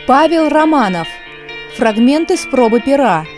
Павел Романов. Фрагменты с пробы пера.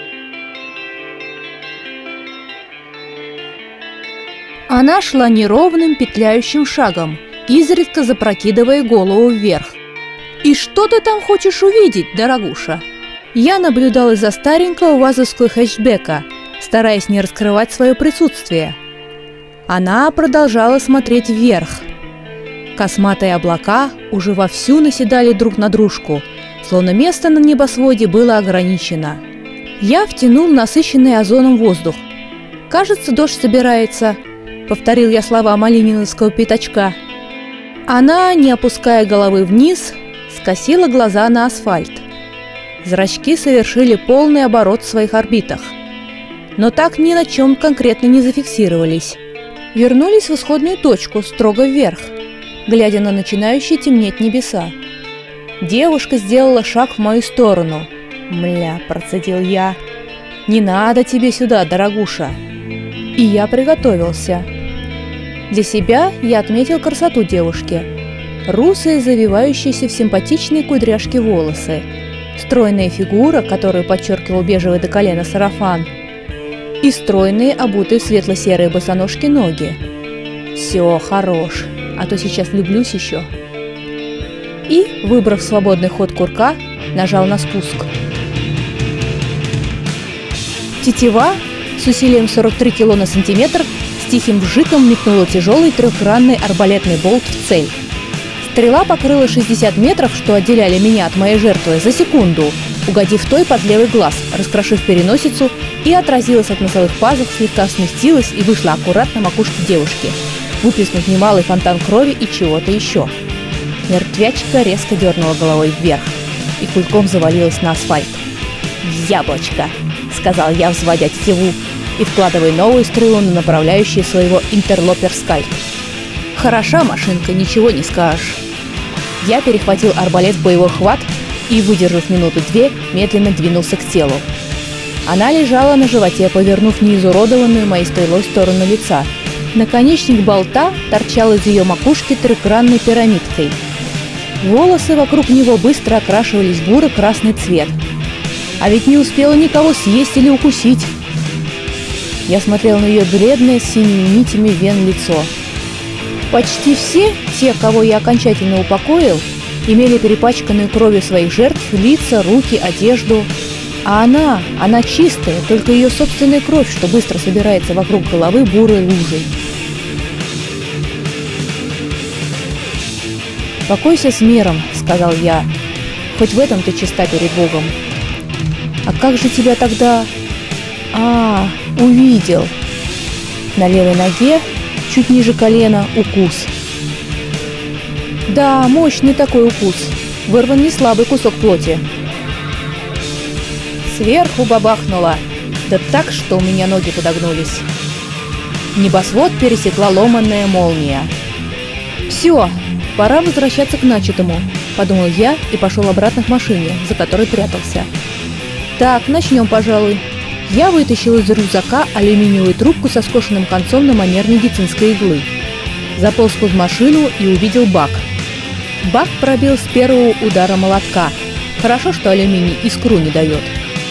Она шла неровным петляющим шагом, изредка запрокидывая голову вверх. «И что ты там хочешь увидеть, дорогуша?» Я наблюдал из-за старенького вазовского хэтчбека, стараясь не раскрывать свое присутствие. Она продолжала смотреть вверх. Косматые облака уже вовсю наседали друг на дружку, словно место на небосводе было ограничено. Я втянул насыщенный озоном воздух. «Кажется, дождь собирается», — повторил я слова малининовского пятачка. Она, не опуская головы вниз, скосила глаза на асфальт. Зрачки совершили полный оборот в своих орбитах, но так ни на чем конкретно не зафиксировались. Вернулись в исходную точку, строго вверх, глядя на начинающие темнеть небеса. Девушка сделала шаг в мою сторону. «Мля», – процедил я, – «не надо тебе сюда, дорогуша». И я приготовился. Для себя я отметил красоту девушки. Русые, завивающиеся в симпатичные кудряшки волосы, стройная фигура, которую подчеркивал бежевый до колена сарафан, и стройные, обутые в светло-серые босоножки ноги. Все, хорош, а то сейчас влюблюсь еще. И, выбрав свободный ход курка, нажал на спуск. Тетива с усилием 43 кг на сантиметр с тихим вжиком метнула тяжелый трехгранный арбалетный болт в цель. Стрела покрыла 60 метров, что отделяли меня от моей жертвы, за секунду, угодив той под левый глаз, раскрошив переносицу, и отразилась от носовых пазух, слегка сместилась и вышла аккуратно на макушке девушки, выплеснув немалый фонтан крови и чего-то еще. Мертвячка резко дернула головой вверх и кульком завалилась на асфальт. «Яблочко!» — сказал я, взводя тетиву и вкладывая новую стрелу на направляющие своего интерлопер-скальп. «Хороша машинка, ничего не скажешь». Я перехватил арбалет в боевой хват и, выдержав минуту-две, медленно двинулся к телу. Она лежала на животе, повернув неизуродованную моей стрелой сторону лица. Наконечник болта торчал из ее макушки трехгранной пирамидкой. Волосы вокруг него быстро окрашивались в буро-красный цвет. А ведь не успела никого съесть или укусить. Я смотрел на ее бледное с синими нитями вен лицо. Почти все, те, кого я окончательно упокоил, имели перепачканную кровью своих жертв лица, руки, одежду. А она чистая, только ее собственная кровь, что быстро собирается вокруг головы бурой лужей. «Покойся с миром», — сказал я, — «хоть в этом ты чиста перед Богом». «А как же тебя тогда...» увидел. На левой ноге, чуть ниже колена, укус. Да, мощный такой укус. Вырван не слабый кусок плоти. Сверху бабахнуло, да так, что у меня ноги подогнулись. Небосвод пересекла ломаная молния. «Все, пора возвращаться к начатому», — подумал я и пошел обратно к машине, за которой прятался. «Так, начнем, пожалуй». Я вытащил из рюкзака алюминиевую трубку со скошенным концом на манер медицинской иглы. Заполз под машину и увидел бак. Бак пробил с первого удара молотка. Хорошо, что алюминий искру не дает.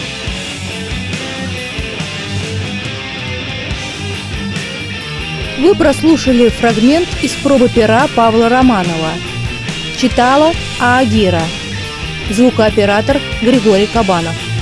Вы прослушали фрагмент из пробы пера Павла Романова. Читала Аагира. Звукооператор Григорий Кабанов.